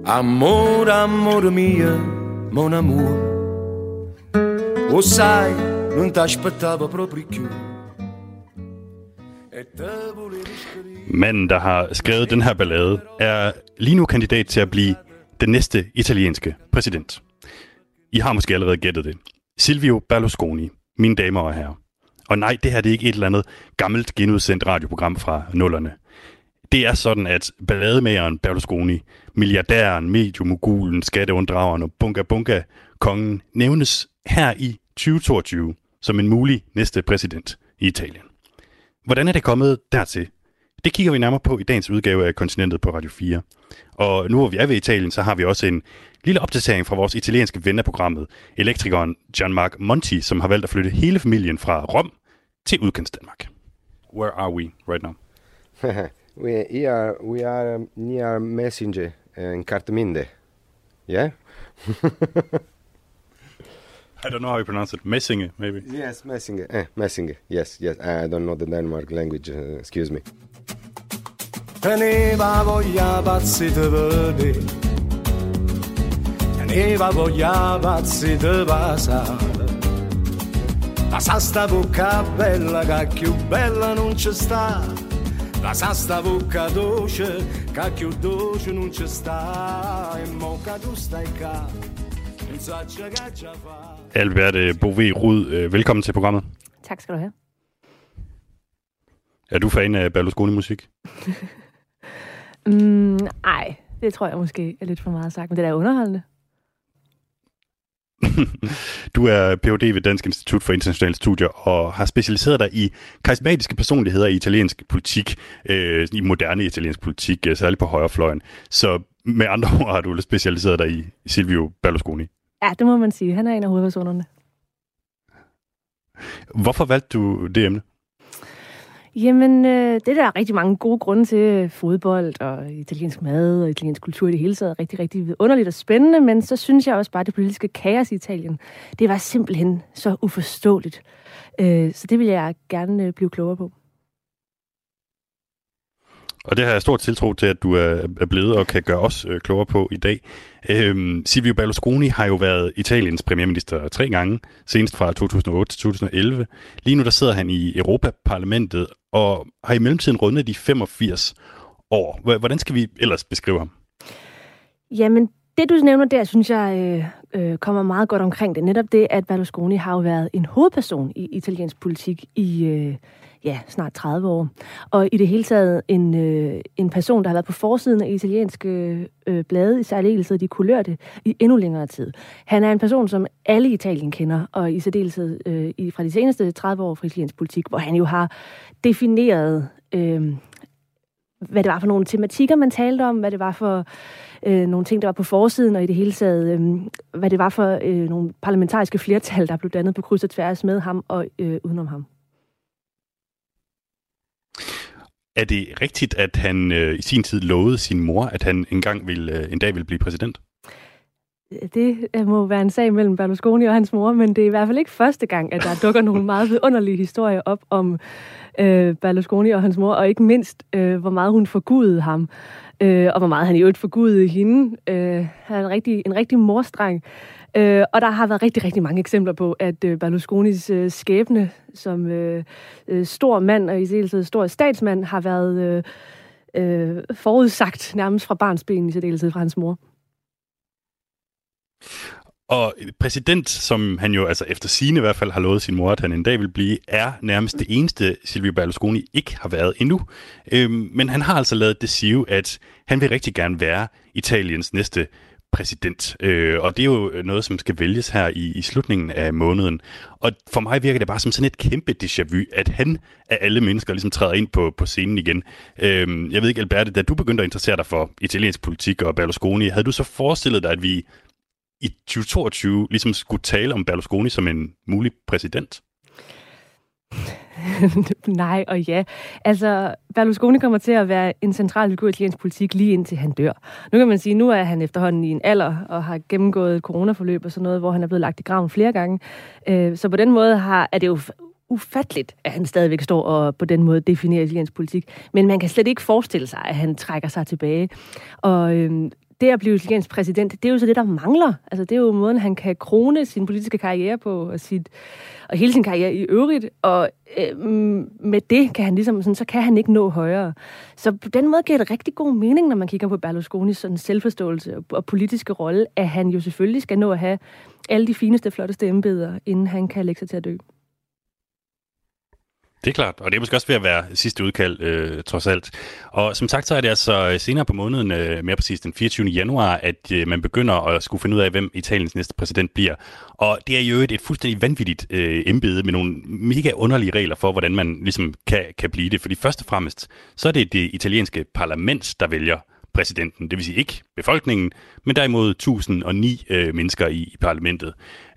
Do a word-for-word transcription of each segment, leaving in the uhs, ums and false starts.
Amor, amor mio, mon amour. O sai, non t'aspettavo proprio più. Manden, der har skrevet den her ballade, er lige nu kandidat til at blive den næste italienske præsident. I har måske allerede gættet det. Silvio Berlusconi, mine damer og herrer. Og nej, det her det er ikke et eller andet gammelt genudsendt radioprogram fra nullerne. Det er sådan, at ballademageren Berlusconi, milliardæren, mediemogulen, skatteunddrageren og bunga-bunga-kongen nævnes her i tyve toogtyve som en mulig næste præsident i Italien. Hvordan er det kommet dertil? Det kigger vi nærmere på i dagens udgave af Kontinentet på Radio fire. Og nu hvor vi er ved Italien, så har vi også en lille opdatering fra vores italienske ven af programmet, elektrikeren Gianmarco Monti, som har valgt at flytte hele familien fra Rom til udkantsdanmark. Where are we right now? we, here, we are near Messinge in Cartaminde. Yeah? I don't know how you pronounce it. Messinge, maybe? Yes, Messinge. Eh, Messinge. Yes, yes. I don't know the Denmark language. Uh, excuse me. Teneva voglia pazzi de vede, teneva voglia pazzi de passare. La sasta bocca bella, che più bella non c'è sta. La sasta bocca dolce, che più dolce non c'è sta. E moca tu stai ca, non so che ci fa. Albert Bové Rud, velkommen til programmet. Tak skal du have. Er du fan af Berlusconi-musik? mm, ej, det tror jeg måske er lidt for meget sagt, men det er da underholdende. Du er P H D ved Dansk Institut for Internationale Studier og har specialiseret dig i karismatiske personligheder i italiensk politik, øh, i moderne italiensk politik, særligt på højrefløjen. Så med andre ord har du specialiseret dig i Silvio Berlusconi. Ja, det må man sige. Han er en af hovedpersonerne. Hvorfor valgte du det emne? Jamen, øh, det der er rigtig mange gode grunde til. Fodbold og italiensk mad og italiensk kultur i det hele taget er rigtig, rigtig underligt og spændende, men så synes jeg også bare, at det politiske kaos i Italien, det var simpelthen så uforståeligt. Øh, så det vil jeg gerne øh, blive klogere på. Og det har jeg stor tiltro til, at du er blevet og kan gøre os øh, klogere på i dag. Øhm, Silvio Berlusconi har jo været Italiens premierminister tre gange, senest fra to tusind og otte til to tusind og elleve. Lige nu der sidder han i Europaparlamentet og har i mellemtiden rundet de femogfirs år. Hvordan skal vi ellers beskrive ham? Jamen, det du nævner der, synes jeg øh, øh, kommer meget godt omkring det. Netop det, at Berlusconi har jo været en hovedperson i italiensk politik i øh, ja, snart tredive år. Og i det hele taget en, øh, en person, der har været på forsiden af italienske øh, blade, i særdeleshed de kulørte, i endnu længere tid. Han er en person, som alle i Italien kender, og i særdeleshed øh, i, fra de seneste tredive år fra italiensk politik, hvor han jo har defineret, øh, hvad det var for nogle tematikker, man talte om, hvad det var for øh, nogle ting, der var på forsiden, og i det hele taget, øh, hvad det var for øh, nogle parlamentariske flertal, der blev dannet på kryds og tværs med ham og øh, udenom ham. Er det rigtigt, at han øh, i sin tid lovede sin mor, at han engang ville, øh, en dag ville blive præsident? Det må være en sag mellem Berlusconi og hans mor, men det er i hvert fald ikke første gang, at der dukker nogle meget vidunderlige historier op om øh, Berlusconi og hans mor, og ikke mindst, øh, hvor meget hun forgudede ham, øh, og hvor meget han i øvrigt forgudede hende. Øh, han er en rigtig, en rigtig morstreng. Øh, og der har været rigtig, rigtig mange eksempler på, at øh, Berlusconis øh, skæbne som øh, øh, stor mand, og i særdeleshed stor statsmand, har været øh, øh, forudsagt nærmest fra barnsben, i særdeleshed fra hans mor. Og præsident, som han jo altså efter sigende i hvert fald har lovet sin mor, at han en dag vil blive, er nærmest det eneste, Silvio Berlusconi ikke har været endnu. Øhm, men han har altså lavet det sige, at han vil rigtig gerne være Italiens næste præsident. Øh, og det er jo noget, som skal vælges her i, i slutningen af måneden. Og for mig virker det bare som sådan et kæmpe déjà vu, at han af alle mennesker ligesom træder ind på, på scenen igen. Øh, jeg ved ikke, Alberte, da du begyndte at interessere dig for italiensk politik og Berlusconi, havde du så forestillet dig, at vi i tyve toogtyve ligesom skulle tale om Berlusconi som en mulig præsident? Nej og ja. Altså, Berlusconi kommer til at være en central figur i italiensk politik lige indtil han dør. Nu kan man sige, nu er han efterhånden i en alder og har gennemgået et coronaforløb og sådan noget, hvor han er blevet lagt i graven flere gange. Så på den måde har, er det jo ufatteligt, at han stadigvæk står og på den måde definerer italiensk politik. Men man kan slet ikke forestille sig, at han trækker sig tilbage. Og øhm, det at blive italiensk præsident, det er jo så det, der mangler. Altså, det er jo måden, han kan krone sin politiske karriere på, og, sit, og hele sin karriere i øvrigt. Og øh, med det kan han ligesom, sådan, så kan han ikke nå højere. Så på den måde giver det rigtig god mening, når man kigger på Berlusconis sådan selvforståelse og, og politiske rolle, at han jo selvfølgelig skal nå at have alle de fineste, flotteste embeder, inden han kan lægge sig til at dø. Det er klart, og det er måske også ved at være sidste udkald, øh, trods alt. Og som sagt, så er det altså senere på måneden, øh, mere præcis den fireogtyvende januar, at øh, man begynder at skulle finde ud af, hvem Italiens næste præsident bliver. Og det er jo et, et fuldstændig vanvittigt øh, embede med nogle mega underlige regler for, hvordan man ligesom kan, kan blive det. Fordi først og fremmest, så er det det italienske parlament, der vælger præsidenten. Det vil sige ikke befolkningen, men derimod tusind og ni øh, mennesker i, i parlamentet.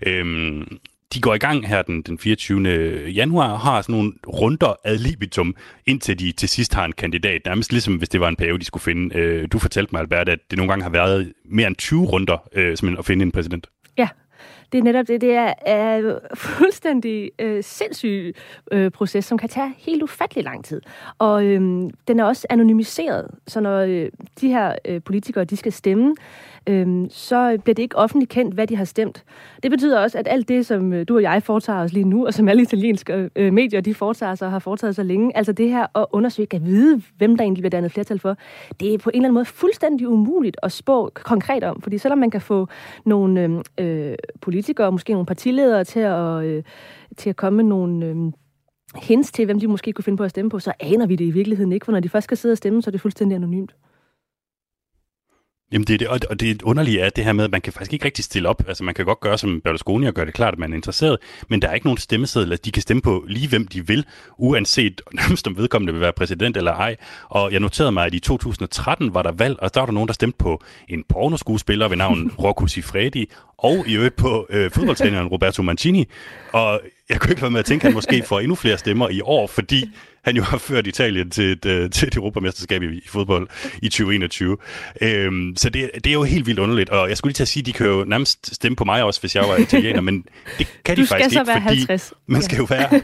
Øhm, De går i gang her den, den fireogtyvende januar og har sådan nogle runder ad libitum, indtil de til sidst har en kandidat. Nærmest ligesom hvis det var en pave, de skulle finde. Øh, du fortalte mig, Albert, at det nogle gange har været mere end tyve runder øh, at finde en præsident. Ja, det er netop det. Det er, er fuldstændig øh, sindssyg øh, proces, som kan tage helt ufattelig lang tid. Og øh, den er også anonymiseret, så når øh, de her øh, politikere de skal stemme, Øhm, så bliver det ikke offentligt kendt, hvad de har stemt. Det betyder også, at alt det, som øh, du og jeg foretager os lige nu, og som alle italienske øh, medier, de foretager sig og har foretaget sig længe, altså det her at undersøge, at vide, hvem der egentlig bliver dannet flertal for, det er på en eller anden måde fuldstændig umuligt at spå konkret om. Fordi selvom man kan få nogle øh, politikere, måske nogle partiledere til at, øh, til at komme med nogle Øh, hints til, hvem de måske kunne finde på at stemme på, så aner vi det i virkeligheden ikke, for når de først skal sidde og stemme, så er det fuldstændig anonymt. Jamen det er det, og det underlige er det her med, at man kan faktisk ikke rigtig stille op. Altså man kan godt gøre som Berlusconi og gøre det klart, at man er interesseret, men der er ikke nogen stemmeseddel. De kan stemme på lige hvem de vil, uanset nærmest om vedkommende vil være præsident eller ej. Og jeg noterede mig, at i to tusind og tretten var der valg, og der var der nogen, der stemte på en pornoskuespiller ved navn Rocco Siffredi, og i øvrigt på øh, fodboldtræneren Roberto Mancini. Og jeg kunne ikke være med at tænke, at han måske får endnu flere stemmer i år, fordi han jo har ført Italien til et, uh, til et europamesterskab i, i fodbold i tyve enogtyve. Øhm, så det, det er jo helt vildt underligt, og jeg skulle lige til at sige, at de kan jo nærmest stemme på mig også, hvis jeg var italiener, men det kan de du faktisk ikke, være fordi halvtreds. Man skal jo være...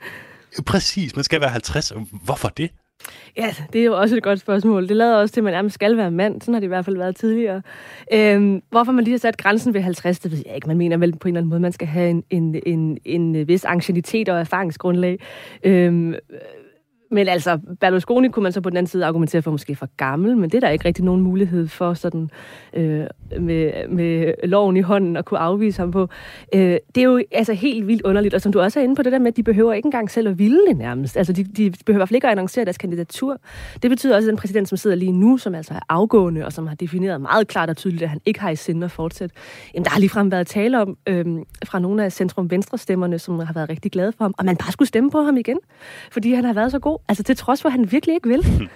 Præcis, man skal være halvtreds. Hvorfor det? Ja, det er jo også et godt spørgsmål. Det lader også til, at man nærmest skal være mand. Sådan har det i hvert fald været tidligere. Øhm, hvorfor man lige har sat grænsen ved halvtreds, det ved jeg ikke. Man mener vel på en eller anden måde, man skal have en, en, en, en vis anciennitet og erfaringsgrundlag. Øhm, Men altså, Berlusconi kunne man så på den anden side argumentere for måske for gammel, men det er der ikke rigtig nogen mulighed for sådan øh, med, med loven i hånden at kunne afvise ham på. Øh, det er jo altså helt vildt underligt, og som du også er inde på det der med, at de behøver ikke engang selv at ville det nærmest. Altså, de, de behøver i hvert fald ikke at annoncere deres kandidatur. Det betyder også, at den præsident, som sidder lige nu, som altså er afgående, og som har defineret meget klart og tydeligt, at han ikke har i sinde at fortsætte. Jamen, der har ligefrem været tale om øh, fra nogle af centrum-venstre-stemmerne, som har været rigtig glade for ham, og man bare skulle stemme på ham igen, fordi han har været så god. Altså, til trods for, at han virkelig ikke vil.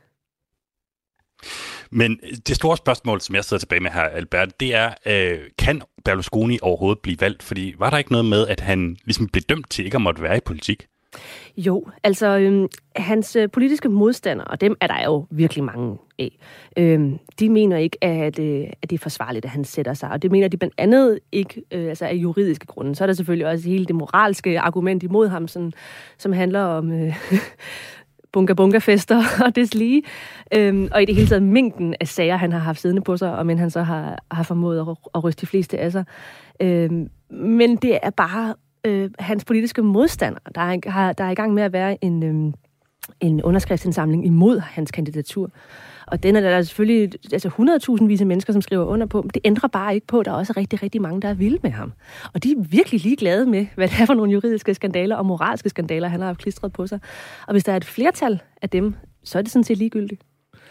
Men det store spørgsmål, som jeg sidder tilbage med her, Albert, det er, øh, kan Berlusconi overhovedet blive valgt? Fordi var der ikke noget med, at han ligesom blev dømt til ikke at måtte være i politik? Jo, altså øhm, hans øh, politiske modstandere, og dem er der jo virkelig mange af, øhm, de mener ikke, at, øh, at det er forsvarligt, at han sætter sig. Og det mener de blandt andet ikke øh, altså af juridiske grunde. Så er der selvfølgelig også hele det moralske argument imod ham, sådan, som handler om øh, bunga-bunga-fester og deslige. Øhm, og i det hele taget mængden af sager, han har haft siddende på sig, og men han så har, har formået at, at ryste de fleste af sig. Øhm, men det er bare Øh, hans politiske modstander, der er, har, der er i gang med at være en, øh, en underskriftsindsamling imod hans kandidatur. Og den er der selvfølgelig altså hundrede tusindvis af mennesker, som skriver under på. Men det ændrer bare ikke på, at der er også rigtig, rigtig mange, der er vilde med ham. Og de er virkelig ligeglade med, hvad det er for nogle juridiske skandaler og moralske skandaler, han har haft klistret på sig. Og hvis der er et flertal af dem, så er det sådan set ligegyldigt.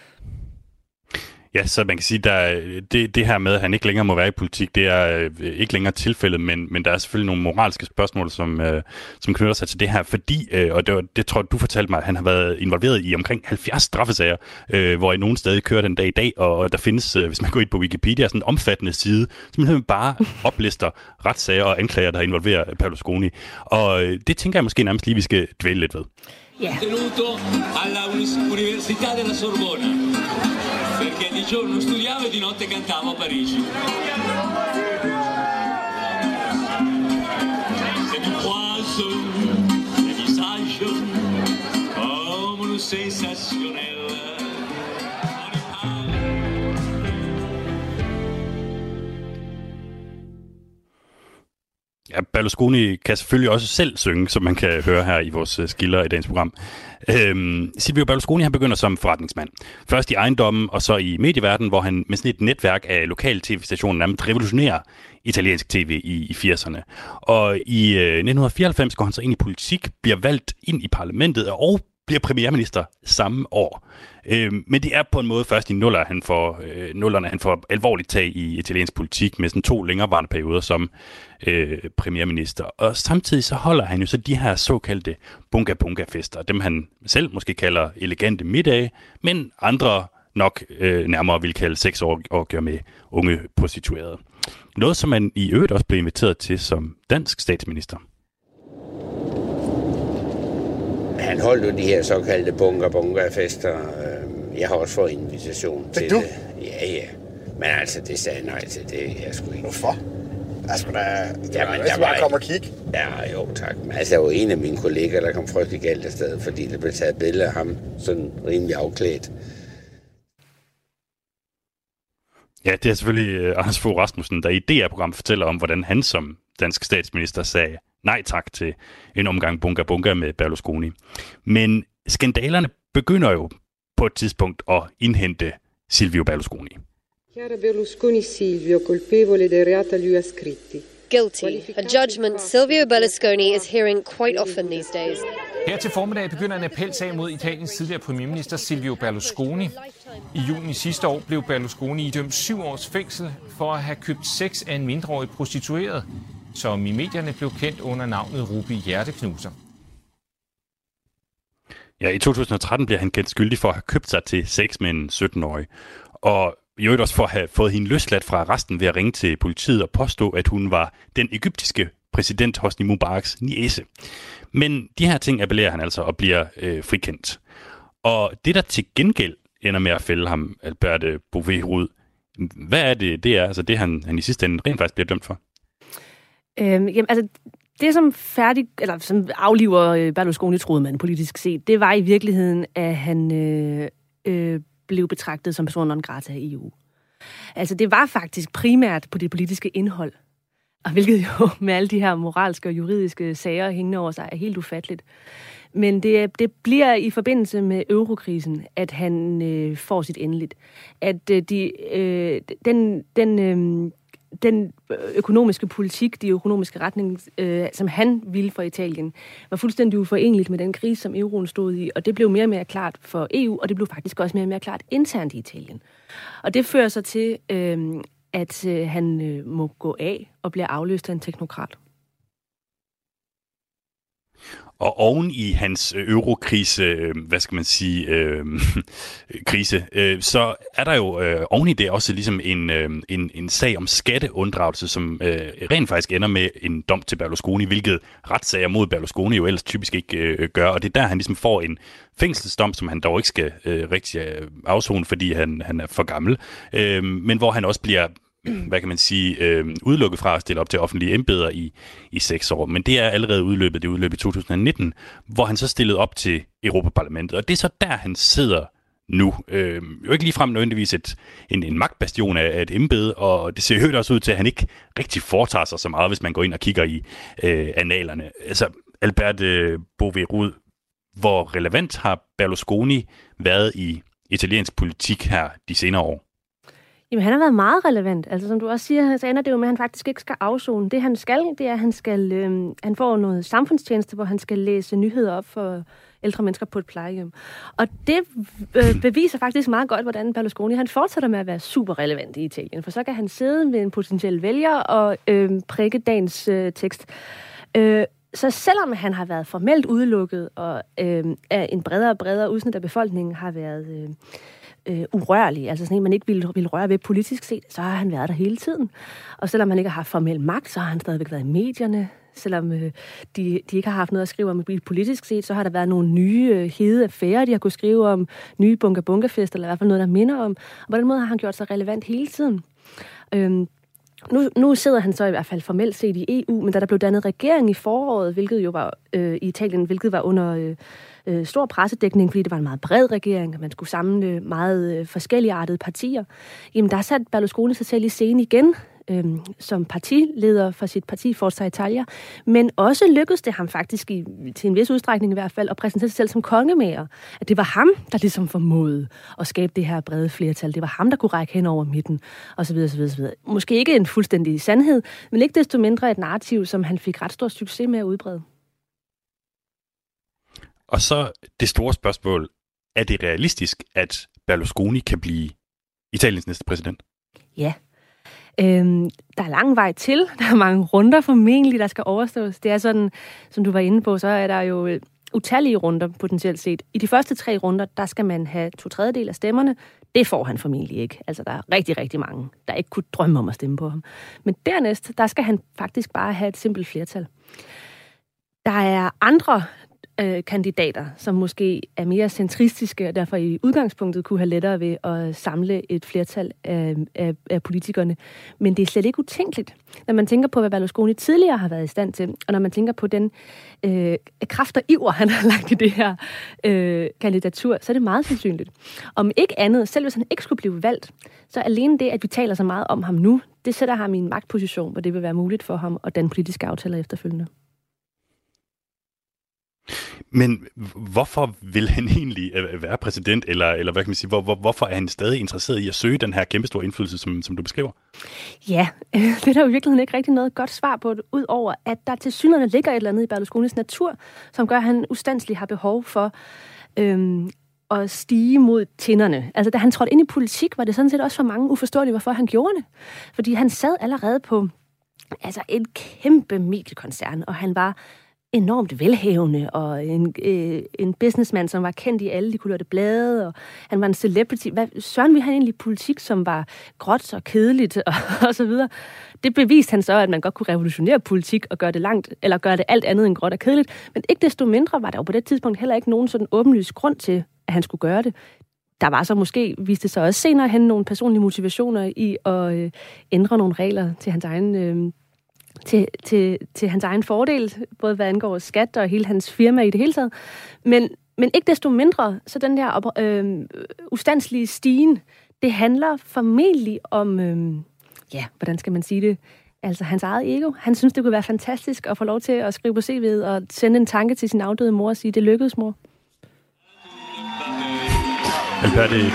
Ja, så man kan sige, at det, det her med, at han ikke længere må være i politik, det er øh, ikke længere tilfældet, men, men der er selvfølgelig nogle moralske spørgsmål, som, øh, som knytter sig til det her, fordi, øh, og det, var, det tror jeg, du fortalte mig, at han har været involveret i omkring halvfjerds straffesager, øh, hvor i nogen stadig kører den dag i dag, og der findes, øh, hvis man går ind på Wikipedia, sådan en omfattende side, som bare oplister retssager og anklager, der involverer Berlusconi. Og øh, det tænker jeg måske nærmest lige, vi skal dvæle lidt ved. Ja. Tenuto alla Università della Sorbona, perché di giorno studiavo e di notte cantavo a Parigi. Se tu croises les visages comme le sensationnel. Ja, Berlusconi kan selvfølgelig også selv synge, som man kan høre her i vores skilder i dagens program. Øhm, Silvio Berlusconi, han begynder som forretningsmand. Først i ejendommen, og så i medieverdenen, hvor han med sådan et netværk af lokale tv-stationer nærmest revolutionerer italiensk tv i, i firserne. Og i øh, nitten fireoghalvfems går han så ind i politik, bliver valgt ind i parlamentet og bliver premierminister samme år. Øh, men det er på en måde først i nullerne, han får, øh, nullerne, han får alvorligt tag i italiensk politik med sådan to længerevarende perioder som øh, premierminister. Og samtidig så holder han jo så de her såkaldte bunga-bunga-fester, dem han selv måske kalder elegante middage, men andre nok øh, nærmere vil kalde seks år med unge prostituerede. Noget, som man i øvrigt også blev inviteret til som dansk statsminister. Han holdt jo de her såkaldte bunga-bunga-fester. Jeg har også fået invitation til du? det. Ja, ja. Men altså, det sagde nej til det. Jeg skulle ikke. Hvorfor? Jeg skulle da... Jamen, der var... komme og kigge. Ja, jo, tak. Men altså, der var en af mine kolleger, der kom frygtelig galt af stedet, fordi der blev taget billeder af ham sådan rimelig afklædt. Ja, det er selvfølgelig uh, Anders Fogh Rasmussen, der i D R-program fortæller om, hvordan han som dansk statsminister sagde nej tak til en omgang bunga-bunga med Berlusconi. Men skandalerne begynder jo på et tidspunkt at indhente Silvio Berlusconi. Chiara Berlusconi Silvio, colpevole dei reati a lui ascritti. Guilty. A judgment Silvio Berlusconi is hearing quite often these days. Her til formiddag begynder en appelsag mod Italiens tidligere premierminister Silvio Berlusconi. I juni sidste år blev Berlusconi idømt syv års fængsel for at have købt sex af en mindreårig prostitueret, som i medierne blev kendt under navnet Ruby Hjerteknuser. Ja, i to tusind og tretten bliver han kendt skyldig for at have købt sig til sex med en sytten-årig. Og i øvrigt også for at have fået hende løsladt fra arresten ved at ringe til politiet og påstå, at hun var den egyptiske præsident Hosni Mubaraks niece. Men de her ting appellerer han altså og bliver øh, frikendt. Og det, der til gengæld ender med at fælde ham, Albert Bové-Rud, hvad er det, det er, altså det, han, han i sidste ende rent faktisk bliver dømt for? Øhm, jamen, altså, det som færdig, eller som afliver Berlusconi, troede man politisk set, det var i virkeligheden, at han øh, øh, blev betragtet som person non grata i E U. Altså, det var faktisk primært på det politiske indhold, og hvilket jo med alle de her moralske og juridiske sager hængende over sig er helt ufatteligt. Men det, det bliver i forbindelse med eurokrisen, at han øh, får sit endeligt. At øh, de, øh, den, den, øh, den økonomiske politik, de økonomiske retning, øh, som han ville for Italien, var fuldstændig uforeneligt med den krise, som euroen stod i. Og det blev mere og mere klart for E U, og det blev faktisk også mere og mere klart internt i Italien. Og det fører sig til, øh, at øh, han øh, må gå af og bliver afløst af en teknokrat. Og oven i hans eurokrise, hvad skal man sige, øh, krise, øh, så er der jo øh, oven i det også ligesom en, øh, en, en sag om skatteunddragelse, som øh, rent faktisk ender med en dom til Berlusconi, hvilket retssager mod Berlusconi jo ellers typisk ikke øh, gør. Og det er der, han ligesom får en fængselsdom, som han dog ikke skal øh, rigtig afzone, fordi han, han er for gammel, øh, men hvor han også bliver hvad kan man sige, øh, udelukket fra at stille op til offentlige embeder i, i seks år. Men det er allerede udløbet, det er udløbet i to tusind og nitten, hvor han så stillede op til Europaparlamentet. Og det er så der, han sidder nu. Øh, jo ikke ligefrem nødvendigvis et, en, en magtbastion af, af et embede, og det ser jo også ud til, at han ikke rigtig foretager sig så meget, hvis man går ind og kigger i øh, analerne. Altså, Albert øh, Bové-Rud, hvor relevant har Berlusconi været i italiensk politik her de senere år? Jamen, han har været meget relevant. Altså, som du også siger, så ender det jo med, at han faktisk ikke skal afzone. Det, han skal, det er, at han, skal, øh, han får noget samfundstjeneste, hvor han skal læse nyheder op for ældre mennesker på et plejehjem. Og det øh, beviser faktisk meget godt, hvordan Berlusconi han fortsætter med at være super relevant i Italien. For så kan han sidde med en potentiel vælger og øh, prikke dagens øh, tekst. Øh, så selvom han har været formelt udelukket, og øh, er en bredere og bredere udsnit af befolkningen har været Øh, Øh, urørlig, altså sådan en, man ikke ville, ville røre ved politisk set, så har han været der hele tiden. Og selvom han ikke har haft formel magt, så har han stadigvæk været i medierne. Selvom øh, de, de ikke har haft noget at skrive om politisk set, så har der været nogle nye øh, hede affærer, de har kunnet skrive om nye bunga-bunga-fester, eller i hvert fald noget, der minder om. Og på den måde har han gjort sig relevant hele tiden. Øhm, nu, nu sidder han så i hvert fald formelt set i E U, men da der blev dannet regering i foråret, hvilket jo var øh, i Italien, hvilket var under øh, øh, stor pressedækning, fordi det var en meget bred regering, og man skulle samle meget øh, forskelligartede partier, jamen der satte Berlusconi sig selv i scene igen, øh, som partileder for sit parti Forza Italia, men også lykkedes det ham faktisk, i, til en vis udstrækning i hvert fald, at præsentere sig selv som kongemager. At det var ham, der ligesom formåede at skabe det her brede flertal. Det var ham, der kunne række hen over midten, osv. osv., osv. Måske ikke en fuldstændig sandhed, men ikke desto mindre et narrativ, som han fik ret stor succes med at udbrede. Og så det store spørgsmål. Er det realistisk, at Berlusconi kan blive Italiens næste præsident? Ja. Øhm, der er lang vej til. Der er mange runder formentlig, der skal overstås. Det er sådan, som du var inde på, så er der jo utallige runder potentielt set. I de første tre runder, der skal man have to tredjedel af stemmerne. Det får han formentlig ikke. Altså, der er rigtig, rigtig mange, der ikke kunne drømme om at stemme på ham. Men dernæst, der skal han faktisk bare have et simpelt flertal. Der er andre øh, kandidater, som måske er mere centristiske, og derfor i udgangspunktet kunne have lettere ved at samle et flertal af, af, af politikerne. Men det er slet ikke utænkeligt, når man tænker på, hvad Berlusconi tidligere har været i stand til, og når man tænker på den øh, kraft og iver, han har lagt i det her øh, kandidatur, så er det meget sandsynligt. Om ikke andet, selv hvis han ikke skulle blive valgt, så alene det, at vi taler så meget om ham nu, det sætter ham i en magtposition, hvor det vil være muligt for ham at danne politiske aftaler efterfølgende. Men hvorfor vil han egentlig være præsident, eller, eller hvad kan man sige, hvor, hvor, hvorfor er han stadig interesseret i at søge den her kæmpestore indflydelse, som, som du beskriver? Ja, det er der jo i virkeligheden ikke rigtig noget godt svar på, udover at der til synligheden ligger et eller andet i Berlusconis natur, som gør, at han ustandsligt har behov for øhm, at stige mod tinderne. Altså, da han trådte ind i politik, var det sådan set også for mange uforståeligt, hvorfor han gjorde det. Fordi han sad allerede på altså, en kæmpe mediekoncern, og han var enormt velhavende, og en, øh, en businessman, som var kendt i alle de kulørte blade, og han var en celebrity. Hvad søren ville han egentlig politik, som var gråt og kedeligt, og, og så videre. Det beviste han så, at man godt kunne revolutionere politik, og gøre det langt, eller gøre det alt andet end gråt og kedeligt. Men ikke desto mindre var der jo på det tidspunkt heller ikke nogen sådan åbenlys grund til, at han skulle gøre det. Der var så måske, viste sig også senere hen, nogle personlige motivationer i at øh, ændre nogle regler til hans egen øh, Til, til, til hans egen fordel, både hvad angår skat og hele hans firma i det hele taget. Men, men ikke desto mindre, så den der øh, ustandslige stigen, det handler formentlig om, øh, ja, hvordan skal man sige det, altså hans eget ego. Han synes, det kunne være fantastisk at få lov til at skrive på C V'et og sende en tanke til sin afdøde mor og sige, det lykkedes, mor. Alberti.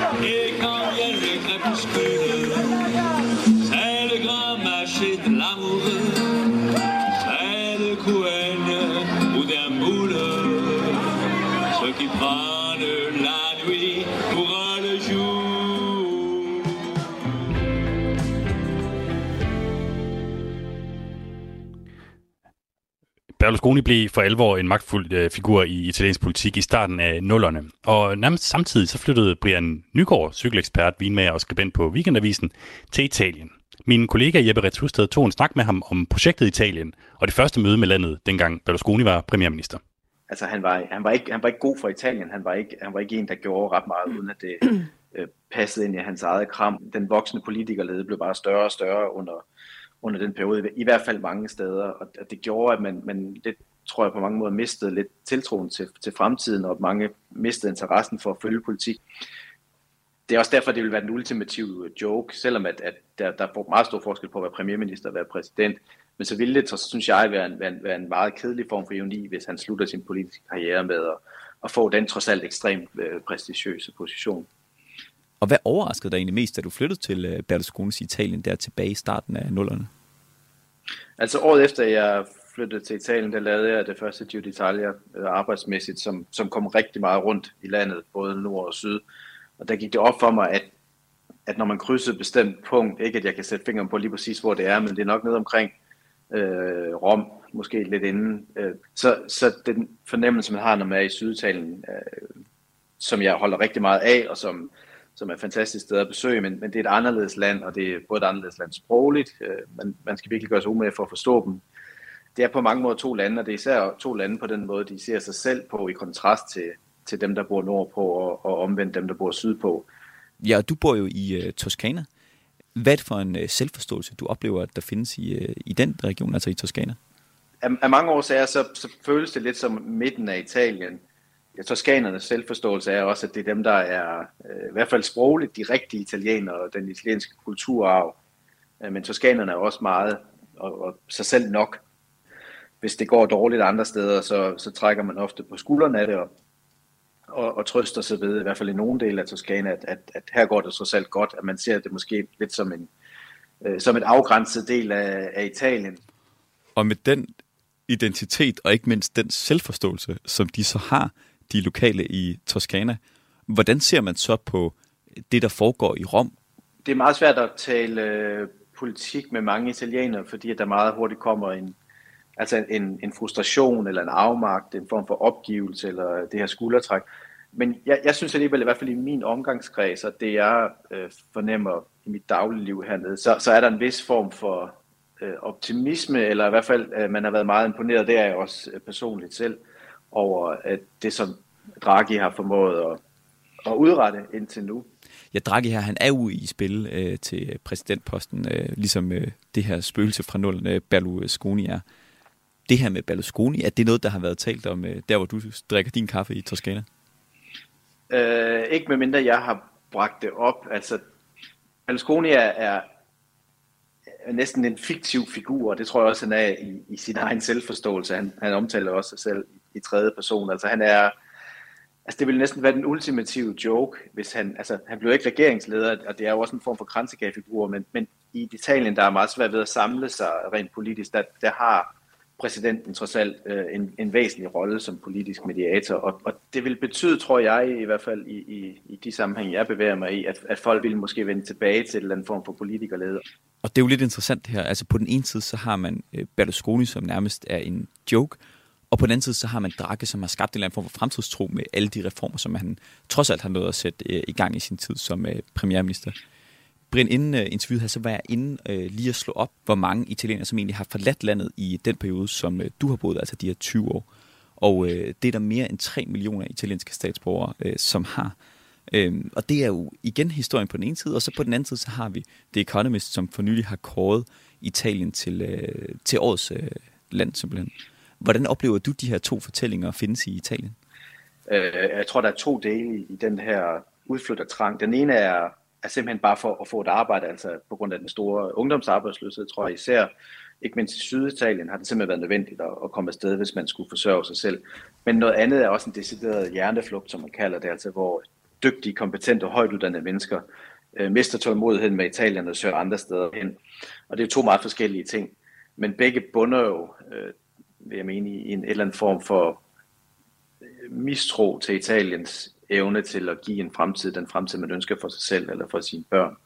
Berlusconi blev for alvor en magtfuld øh, figur i italiensk politik i starten af nullerne. Og nærmest samtidig så flyttede Brian Nygaard, cykelekspert, vinmager og skribent på Weekendavisen, til Italien. Min kollega Jeppe Retz Husted tog en snak med ham om projektet Italien og det første møde med landet, dengang Berlusconi var premierminister. Altså han var, han var, ikke, han var ikke god for Italien. Han var ikke, han var ikke en, der gjorde ret meget, uden at det øh, passede ind i hans eget kram. Den voksne politikerlede blev bare større og større under under den periode, i hvert fald mange steder, og det gjorde, at man, man det tror jeg på mange måder mistede lidt tiltroen til, til fremtiden, og mange mistede interessen for at følge politik. Det er også derfor, det vil være den ultimative joke, selvom at, at der, der er meget stor forskel på at være premierminister og være præsident, men så ville det, så synes jeg, være en, være, en, være en meget kedelig form for ironi, hvis han slutter sin politiske karriere med at, at få den trods alt ekstremt øh, prestigiøse position. Og hvad overraskede dig egentlig mest, da du flyttede til Berlusconis Italien der tilbage i starten af nullerne? Altså året efter jeg flyttede til Italien, der lavede jeg det første Giro d'Italia arbejdsmæssigt, som, som kom rigtig meget rundt i landet, både nord og syd. Og der gik det op for mig, at, at når man krydser et bestemt punkt, ikke at jeg kan sætte fingeren på lige præcis, hvor det er, men det er nok noget omkring øh, Rom, måske lidt inden. Øh, så, så den fornemmelse, man har, når man er i Syditalien, øh, som jeg holder rigtig meget af, og som som er et fantastisk sted at besøge, men, men det er et anderledes land, og det er både et anderledes land sprogligt. Øh, man, man skal virkelig gøre sig umage for at forstå dem. Det er på mange måder to lande, og det er især to lande på den måde, de ser sig selv på i kontrast til, til dem, der bor nordpå, og, og omvendt dem, der bor sydpå. Ja, du bor jo i uh, Toskana. Hvad er det for en uh, selvforståelse, du oplever, at der findes i, uh, i den region, altså i Toskana? Af, af mange årsager, så, så føles det lidt som midten af Italien. Ja, toskanernes selvforståelse er også, at det er dem, der er øh, i hvert fald sprogligt de rigtige italienere, og den italienske kulturarv Men toskanerne er også meget og, og sig selv nok. Hvis det går dårligt andre steder, så, så trækker man ofte på skuldrene af det og, og, og trøster sig ved, i hvert fald i nogle dele af Toskana, at, at, at her går det så selv godt, at man ser det måske lidt som en øh, som et afgrænset del af, af Italien. Og med den identitet og ikke mindst den selvforståelse, som de så har, de lokale i Toskana, hvordan ser man så på det, der foregår i Rom? Det er meget svært at tale øh, politik med mange italienere, fordi at der meget hurtigt kommer en, altså en, en frustration eller en afmagt, en form for opgivelse eller det her skuldertræk. Men jeg, jeg synes alligevel, i hvert fald i min omgangskreds, og det jeg øh, fornemmer i mit dagligliv hernede, så, så er der en vis form for øh, optimisme, eller i hvert fald, øh, man har været meget imponeret, det er jeg også øh, personligt selv, over at det, som Draghi har formået at, at udrette indtil nu. Ja, Draghi her, han er jo i spil øh, til præsidentposten, øh, ligesom øh, det her spøgelse fra nullerne, øh, Berlusconi er. Det her med Berlusconi, er det noget, der har været talt om, øh, der hvor du drikker din kaffe i Toskana? Øh, ikke medmindre jeg har bragt det op. Altså, Berlusconi er, er, er næsten en fiktiv figur, og det tror jeg også, han er i, i sin egen selvforståelse. Han, han omtaler også sig selv i, i tredje person. Altså, han er... Altså, det ville næsten være den ultimative joke, hvis han... Altså, han blev ikke regeringsleder, og det er jo også en form for kransekagefigur, men, men i Italien, der er meget svært ved at samle sig rent politisk, der, der har præsidenten trods alt øh, en, en væsentlig rolle som politisk mediator, og, og det vil betyde, tror jeg, i hvert fald i, i, i de sammenhæng, jeg bevæger mig i, at, at folk vil måske vende tilbage til en eller anden form for politikerleder. Og det er jo lidt interessant her. Altså på den ene side, så har man Berlusconi, som nærmest er en joke, og på den anden side, så har man Draghi, som har skabt en eller anden form for fremtidstro med alle de reformer, som han trods alt har nået at sætte øh, i gang i sin tid som øh, premierminister. Brian, inden øh, interviewet her, så var jeg inde øh, lige at slå op, hvor mange italienere, som egentlig har forladt landet i den periode, som øh, du har boet, altså de her tyve år. Og øh, det er der mere end tre millioner italienske statsborgere, øh, som har. Øh, og det er jo igen historien på den ene side, og så på den anden side, så har vi The Economist, som for nylig har kåret Italien til, øh, til årets øh, land, simpelthen. Hvordan oplever du de her to fortællinger findes i Italien? Øh, jeg tror, der er to dele i den her udflyttertrang. Den ene er, er simpelthen bare for at få et arbejde, altså på grund af den store ungdomsarbejdsløshed, tror jeg især. Ikke mindst i Syditalien har det simpelthen været nødvendigt at, at komme afsted, hvis man skulle forsørge sig selv. Men noget andet er også en decideret hjerneflugt, som man kalder det, altså hvor dygtige, kompetente og højtuddannede mennesker øh, mister tålmodigheden med Italien og søger andre steder hen. Og det er to meget forskellige ting. Men begge bunder jo, øh, vil jeg mene, i en eller anden form for mistro til Italiens evne til at give en fremtid, den fremtid, man ønsker for sig selv eller for sine børn.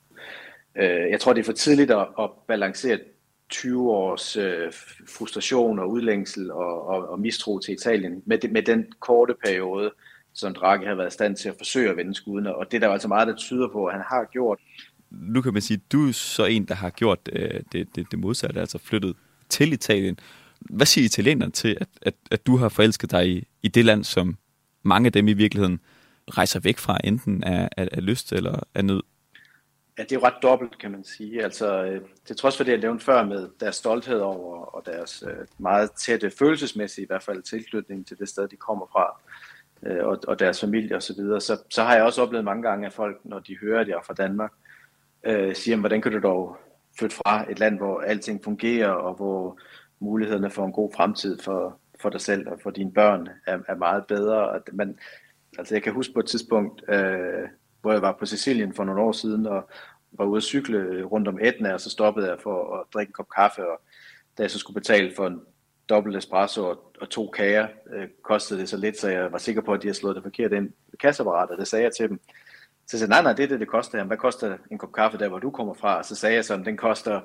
Jeg tror, det er for tidligt at, at balancere tyve års øh, frustration og udlængsel og, og, og mistro til Italien med, det, med den korte periode, som Draghi har været i stand til at forsøge at vende skudene. Og det er der altså meget, der tyder på, at han har gjort. Nu kan man sige, at du er så en, der har gjort øh, det, det, det modsatte, altså flyttet til Italien. Hvad siger italienerne til, at, at, at du har forelsket dig i, i det land, som mange af dem i virkeligheden rejser væk fra, enten af, af, af lyst eller af nød? Ja, det er jo ret dobbelt, kan man sige. Altså, til trods for det, jeg nævnte før med deres stolthed over, og deres øh, meget tætte følelsesmæssige, i hvert fald tilknytning til det sted, de kommer fra, øh, og, og deres familie osv., så, så, så har jeg også oplevet mange gange, at folk, når de hører, at jeg er fra Danmark, øh, siger, hvordan kan du dog flytte fra et land, hvor alting fungerer, og hvor mulighederne for en god fremtid for, for dig selv og for dine børn er, er meget bedre. At man, altså jeg kan huske på et tidspunkt, øh, hvor jeg var på Sicilien for nogle år siden, og var ude at cykle rundt om Etna, og så stoppede jeg for at drikke en kop kaffe, og da jeg så skulle betale for en dobbelt espresso og, og to kager, øh, kostede det så lidt, så jeg var sikker på, at de havde slået det forkert ind i kasseapparatet, og det sagde jeg til dem. Så jeg sagde, nej, nej, det er det, det koster. Hvad koster en kop kaffe der, hvor du kommer fra? Og så sagde jeg sådan, den koster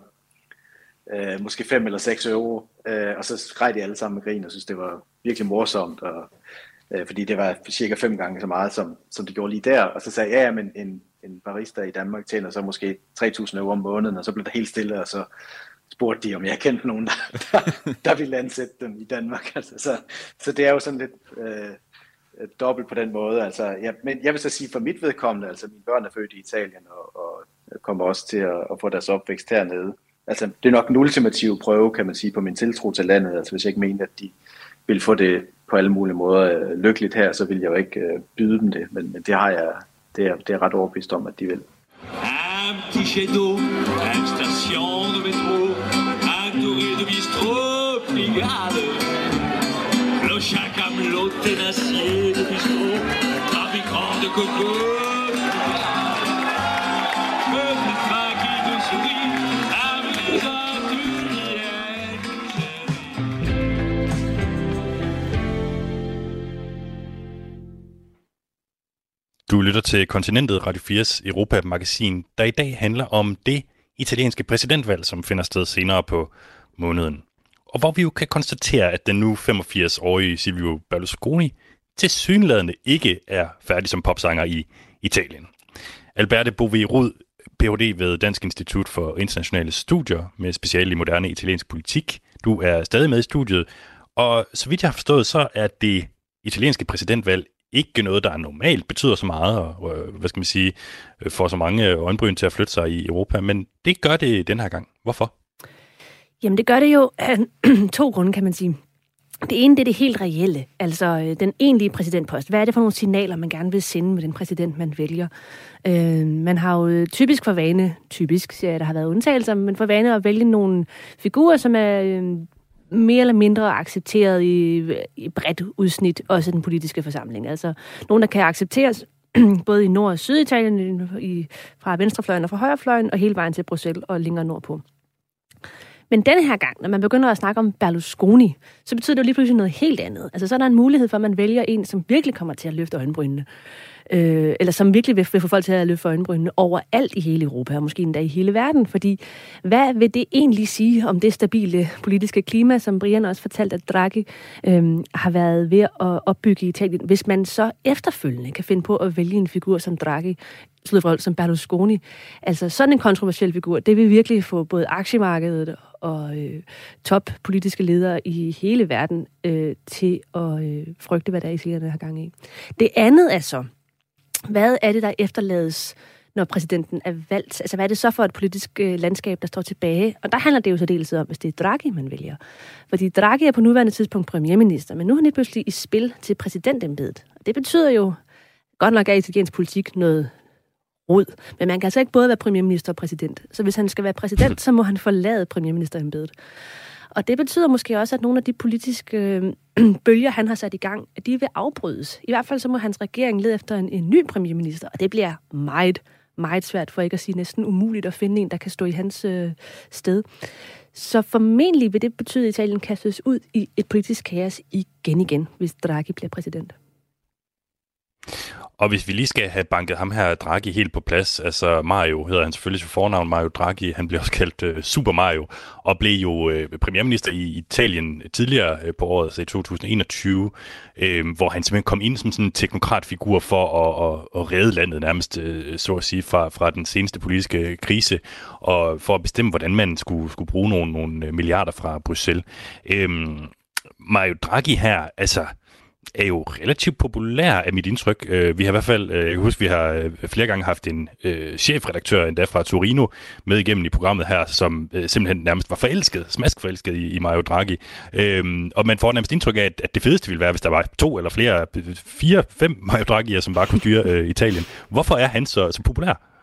øh, måske fem eller seks euro, øh, og så skreg de alle sammen med grin, og synes, det var virkelig morsomt, og øh, fordi det var cirka fem gange så meget, som, som det gjorde lige der. Og så sagde jeg, ja, men en, en barista i Danmark tjener så måske tre tusind euro om måneden, og så blev det helt stille, og så spurgte de, om jeg kendte nogen, der, der, der ville ansætte dem i Danmark. Altså, så, så det er jo sådan lidt øh, dobbelt på den måde. Altså, jeg, men jeg vil så sige, for mit vedkommende, altså mine børn er født i Italien, og, og kommer også til at, at få deres opvækst hernede. Altså, det er nok en ultimativ prøve, kan man sige, på min tiltro til landet. Altså, hvis jeg ikke mente, at de ville få det på alle mulige måder øh, lykkeligt her, så vil jeg jo ikke øh, byde dem det. Men, men det har jeg, det er, det er ret overbevist om, at de vil. Un petit jet d'eau, une station rond de métro, entouré de bistrots, brigades. Clochard camelot, tenacier de bistrot, trafiquant de coco. Peuple traqué de souris, amusant du Du lytter til Kontinentet, Radio fires Europa-magasin, der i dag handler om det italienske præsidentvalg, som finder sted senere på måneden. Og hvor vi jo kan konstatere, at den nu femogfirs-årige Silvio Berlusconi tilsyneladende ikke er færdig som popsanger i Italien. Alberte Bovee-Rud, P H D ved Dansk Institut for Internationale Studier med speciale i moderne italiensk politik. Du er stadig med i studiet, og så vidt jeg har forstået, så er det italienske præsidentvalg ikke noget, der normalt betyder så meget, og hvad skal man sige, får så mange øjenbryn til at flytte sig i Europa, men det gør det den her gang. Hvorfor? Jamen det gør det jo af to grunde, kan man sige. Det ene, det er det helt reelle, altså den egentlige præsidentpost. Hvad er det for nogle signaler, man gerne vil sende med den præsident, man vælger? Øh, man har jo typisk for vane, typisk siger jeg, der har været undtagelser, men for vane at vælge nogle figurer, som er øh, mere eller mindre accepteret i, i bredt udsnit, også i den politiske forsamling. Altså nogen, der kan accepteres både i Nord- og Syditalien, i, fra venstrefløjen og fra højrefløjen, og hele vejen til Bruxelles og længere nordpå. Men denne her gang, når man begynder at snakke om Berlusconi, så betyder det jo lige pludselig noget helt andet. Altså så er der en mulighed for, at man vælger en, som virkelig kommer til at løfte øjenbrynene. Øh, eller som virkelig vil, vil få folk til at løfte øjenbrynene overalt i hele Europa, og måske endda i hele verden. Fordi hvad vil det egentlig sige om det stabile politiske klima, som Brian også fortalte, at Draghi øh, har været ved at opbygge i Italien, hvis man så efterfølgende kan finde på at vælge en figur som Draghi, som Berlusconi. Altså sådan en kontroversiel figur, det vil virkelig få både aktiemarkedet og øh, toppolitiske ledere i hele verden øh, til at øh, frygte, hvad der er italienerne har gang i. Det andet er så, hvad er det, der efterlades, når præsidenten er valgt? Altså, hvad er det så for et politisk øh, landskab, der står tilbage? Og der handler det jo så dels om, hvis det er Draghi, man vælger. Fordi Draghi er på nuværende tidspunkt premierminister, men nu er han lige pludselig i spil til præsidentembedet. Og det betyder jo, godt nok er italiensk politik noget rod, men man kan altså ikke både være premierminister og præsident. Så hvis han skal være præsident, så må han forlade premierministerembedet. Og det betyder måske også, at nogle af de politiske øh, bølger, han har sat i gang, at de vil afbrydes. I hvert fald så må hans regering lede efter en, en ny premierminister, og det bliver meget, meget svært, for ikke at sige næsten umuligt at finde en, der kan stå i hans øh, sted. Så formentlig vil det betyde, at Italien kastes ud i et politisk kaos igen igen, hvis Draghi bliver præsident. Og hvis vi lige skal have banket ham her, Draghi, helt på plads, altså Mario hedder han selvfølgelig for fornavn, Mario Draghi, han blev også kaldt uh, Super Mario, og blev jo uh, premierminister i Italien tidligere uh, på året, altså i to tusind og enogtyve, uh, hvor han simpelthen kom ind som sådan en teknokratfigur for at, at, at redde landet nærmest, uh, så at sige, fra, fra den seneste politiske krise, og for at bestemme, hvordan man skulle, skulle bruge nogle, nogle milliarder fra Bruxelles. Uh, Mario Draghi her, altså er jo relativt populær af mit indtryk. Vi har i hvert fald, jeg kan huske, vi har flere gange haft en øh, chefredaktør endda fra Torino med igennem i programmet her, som øh, simpelthen nærmest var forelsket, smaskforelsket i, i Mario Draghi. Øhm, og man får nærmest indtryk af, at, at det fedeste ville være, hvis der var to eller flere, fire, fem Mario Draghi'er, som bare kunne styre øh, Italien. Hvorfor er han så, så populær?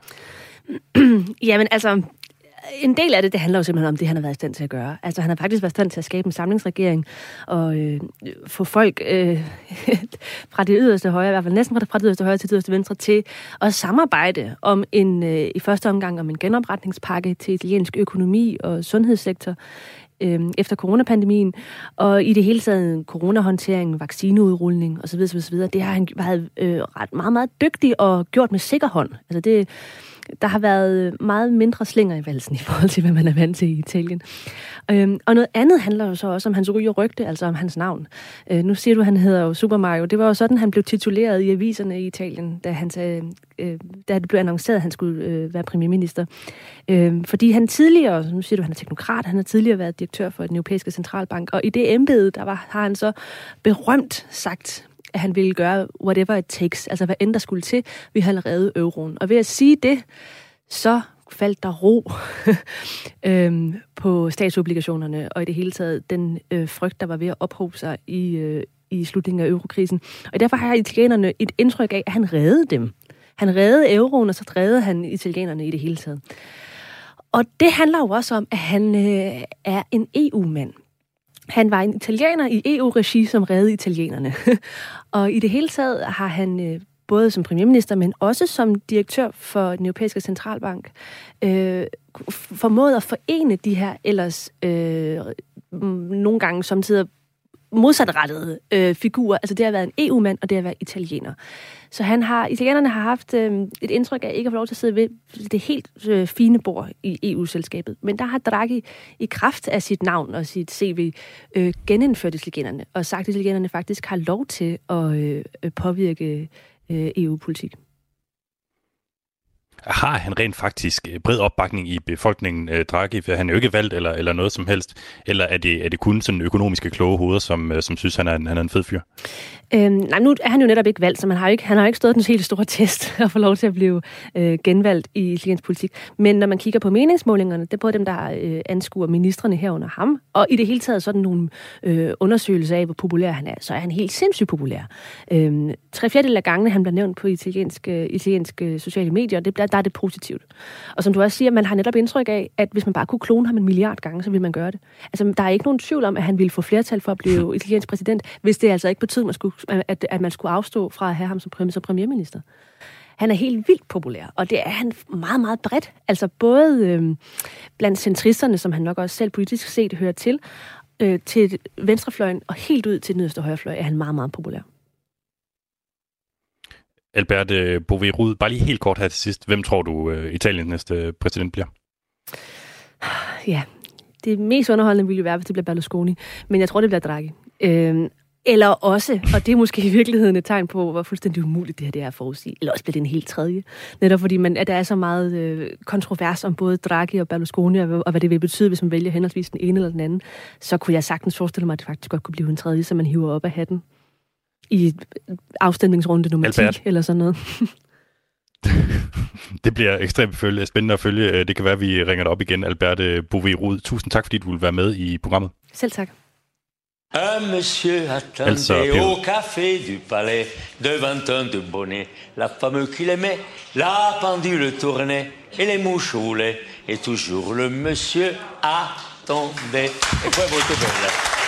Jamen altså, en del af det, det handler jo simpelthen om det, han har været i stand til at gøre. Altså, han har faktisk været i stand til at skabe en samlingsregering og øh, få folk øh, fra det yderste højre, i hvert fald næsten fra det yderste højre til det yderste venstre, til at samarbejde om en, øh, i første omgang om en genopretningspakke til italiensk økonomi og sundhedssektor øh, efter coronapandemien, og i det hele taget en coronahåndtering, vaccineudrulning osv. osv. Det har han været øh, ret meget, meget dygtig og gjort med sikker hånd. Altså, det Der har været meget mindre slinger i valsen i forhold til, hvad man er vant til i Italien. Øhm, og noget andet handler jo så også om hans ry og rygte, altså om hans navn. Øh, nu siger du, at han hedder jo Super Mario. Det var jo sådan, han blev tituleret i aviserne i Italien, da, han sagde, øh, da det blev annonceret, at han skulle øh, være premierminister. Øh, fordi han tidligere, nu siger du, at han er teknokrat, han har tidligere været direktør for den europæiske centralbank, og i det embede, der var, har han så berømt sagt, at han ville gøre whatever it takes, altså hvad end der skulle til, vi har reddet euroen. Og ved at sige det, så faldt der ro øhm, på statsobligationerne, og i det hele taget den øh, frygt, der var ved at ophobe sig i, øh, i slutningen af eurokrisen. Og derfor har italienerne et indtryk af, at han reddede dem. Han reddede euroen, og så reddede han italienerne i det hele taget. Og det handler jo også om, at han øh, er en E U-mand. Han var en italiener i E U-regi, som reddede italienerne. Og i det hele taget har han øh, både som premierminister, men også som direktør for den europæiske centralbank, øh, formået at forene de her ellers øh, nogle gange samtidig modsatrettede øh, figurer. Altså det har været en E U-mand, og det har været italiener. Så han har, italienerne har haft øh, et indtryk af ikke at få lov til at sidde ved det helt øh, fine bord i E U-selskabet. Men der har Draghi i kraft af sit navn og sit C V øh, genindført italienerne, og sagt, at italienerne faktisk har lov til at øh, påvirke øh, E U-politik. Har han rent faktisk bred opbakning i befolkningen, Draghi? For han er jo ikke valgt eller, eller noget som helst. Eller er det, er det kun sådan økonomiske kloge hoveder, som, som synes, han er, en, han er en fed fyr? Øhm, nej, nu er han jo netop ikke valgt, så man har jo ikke, han har jo ikke stået den helt store test at få lov til at blive øh, genvalgt i italiensk politik. Men når man kigger på meningsmålingerne, det er både dem, der øh, anskuer ministrene herunder ham, og i det hele taget sådan nogle øh, undersøgelser af, hvor populær han er, så er han helt sindssygt populær. Øh, tre fjerdedel af gangene, han bliver nævnt på italienske, italienske sociale medier, det, der er det positivt. Og som du også siger, man har netop indtryk af, at hvis man bare kunne klone ham en milliard gange, så ville man gøre det. Altså, der er ikke nogen tvivl om, at han ville få flertal for at blive italiensk præsident, hvis det altså ikke betød, man skulle, at, at man skulle afstå fra at have ham som, som premierminister. Han er helt vildt populær, og det er han meget, meget bredt. Altså både øh, blandt centristerne, som han nok også selv politisk set hører til, øh, til venstrefløjen, og helt ud til den yderste højrefløj, er han meget, meget populær. Albert Bovee-Rud, bare lige helt kort her til sidst. Hvem tror du, uh, Italiens næste præsident bliver? Ja, det mest underholdende ville jo være, hvis det bliver Berlusconi. Men jeg tror, det bliver Draghi. Øhm, eller også, og det er måske i virkeligheden et tegn på, hvor fuldstændig umuligt det her det er at forudsige. Eller også bliver det en helt tredje. Netop fordi man, at der er så meget øh, kontrovers om både Draghi og Berlusconi, og, og hvad det vil betyde, hvis man vælger henholdsvis den ene eller den anden. Så kunne jeg sagtens forestille mig, at det faktisk godt kunne blive en tredje, så man hiver op af hatten i afstemningsrunde nummer Albert. ti, eller sådan noget. Det bliver ekstremt spændende at følge. Det kan være, at vi ringer dig op igen, Albert Bovee-Rud. Tusind tak, fordi du vil være med i programmet. Selv tak. Un monsieur attendait au café du palais devant un de bonnet. La femme qu'il aimait, la pendule tournait et les mouches roulaient. Et toujours le monsieur attendait. Et poi molto bella.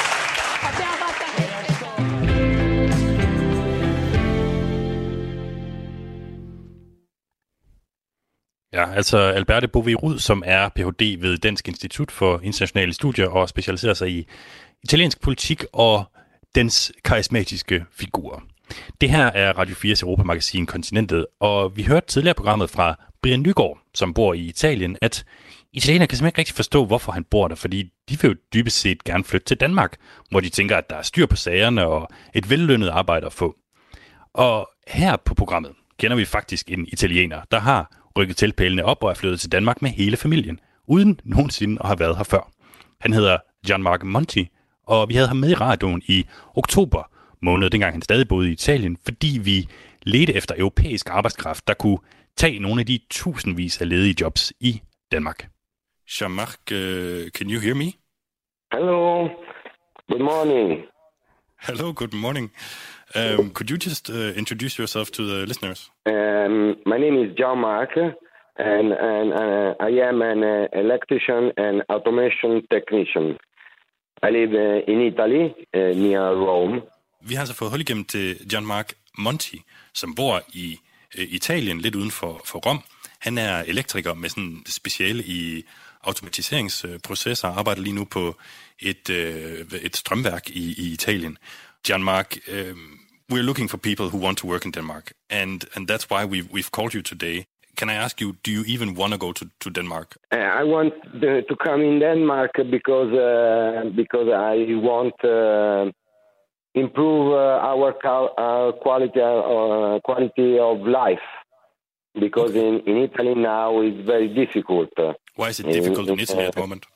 Ja, altså Albert Bovee-Rud, som er P H D ved Dansk Institut for Internationale Studier og specialiserer sig i italiensk politik og dens karismatiske figurer. Det her er Radio fires Europamagasin Kontinentet, og vi hørte tidligere programmet fra Brian Nygaard, som bor i Italien, at italienere kan simpelthen ikke rigtig forstå, hvorfor han bor der, fordi de vil jo dybest set gerne flytte til Danmark, hvor de tænker, at der er styr på sagerne og et vellønnet arbejde at få. Og her på programmet kender vi faktisk en italiener, der har rykket teltpælene op og er flyttet til Danmark med hele familien, uden nogensinde at have været her før. Han hedder Gianmarco Monti, og vi havde ham med i radioen i oktober måned, dengang han stadig boede i Italien, fordi vi ledte efter europæisk arbejdskraft, der kunne tage nogle af de tusindvis af ledige jobs i Danmark. Jean-Marc, uh, can you hear me? Hello, good morning. Hello, good morning. Um, could you just uh, introduce yourself to the listeners? Um, my name is Jean-Marc, and, and uh, I am an uh, electrician and automation technician. I live uh, in Italy, uh, near Rome. Vi har altså fået hold igennem til Gianmarco Monti, som bor i uh, Italien, lidt uden for, for Rom. Han er elektriker med sådan speciale i automatiseringsprocesser og arbejder lige nu på et, uh, et strømværk i, i Italien. Gianmarco, um, we're looking for people who want to work in Denmark, and and that's why we've we've called you today. Can I ask you, do you even want to go to, to Denmark? Uh, I want the, to come in Denmark because uh, because I want uh, improve uh, our uh, quality uh, quality of life. Because okay. in, in Italy now it's very difficult. Why is it difficult in, in Italy uh, at the moment?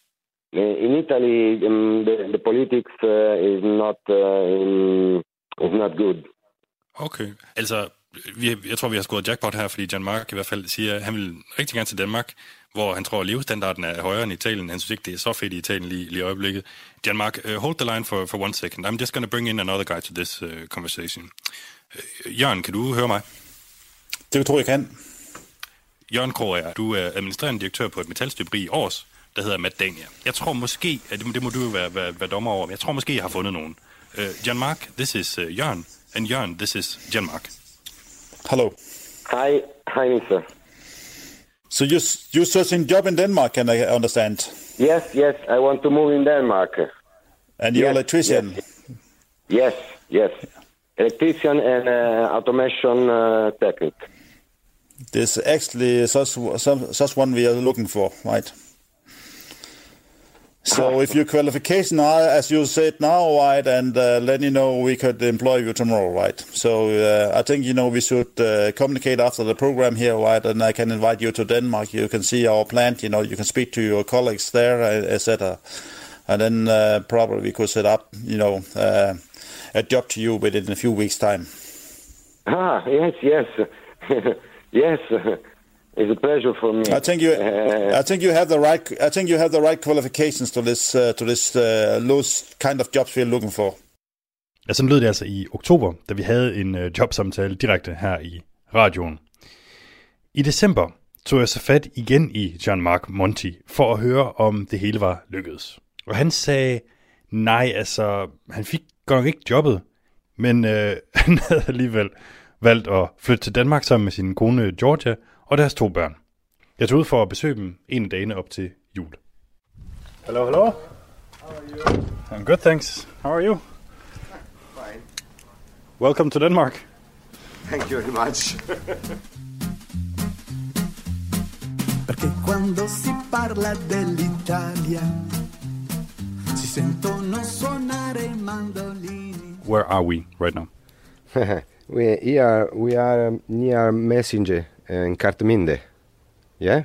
In Italy, um, the, the politics uh, is not uh, in, is not good. Okay, altså vi, jeg tror vi har scoret jackpot her, fordi Gianmarco i hvert fald siger, at han vil rigtig gerne til Danmark, hvor han tror at levestandarden er højere end Italien. Han synes ikke det er så fedt i Italien lige, lige i øjeblikket. Gianmarco, uh, hold the line for for one second. I'm just going to bring in another guy to this uh, conversation. Uh, Jørgen, kan du høre mig? Det tror jeg kan. Jørgen Kroger, du er administrerende direktør på et metalstøberi i Aars, der hedder Maddania. Jeg tror måske, at det, det må du jo være, være, være dommer over, men jeg tror måske, jeg har fundet nogen. Uh, Jan-Mark, this is uh, Jørgen, and Jørgen, this is Jan-Mark. Hello. Hi, hi, mister. So you you searching job in Denmark, can I understand? Yes, yes, I want to move in Denmark. And you're yes, electrician? Yes, yes, yes. Electrician and uh, automation uh, technique. This actually such, such one we are looking for, right? So if your qualification are, as you said now, right, and uh, let you know we could employ you tomorrow, right? So uh, I think, you know, we should uh, communicate after the program here, right, and I can invite you to Denmark. You can see our plant, you know, you can speak to your colleagues there, et cetera. And then uh, probably we could set up, you know, uh, a job to you within a few weeks' time. Ah, yes, yes, yes. It's a pleasure for me. I think you, uh, I think you have the right. I think you have the right qualifications to this, uh, to this uh, those kind of jobs we're looking for. Ja, sådan lød det altså i oktober, da vi havde en uh, jobsamtale direkte her i radioen. I december tog jeg så fat igen i Jan-Mark Monti for at høre, om det hele var lykkedes. Og han sagde, nej, altså, han fik godt nok ikke jobbet, men øh, han havde alligevel valgt at flytte til Danmark sammen med sin kone Georgia og deres to børn. Jeg tog ud for at besøge dem en af dagene op til jul. Hello, hello. How are you? I'm good, thanks. How are you? Fine. Welcome to Denmark. Thank you very much. Perché quando si parla dell'Italia si sentono suonare i mandolini. Where are we right now? we here we are near Messinge in Kerteminde. Yeah.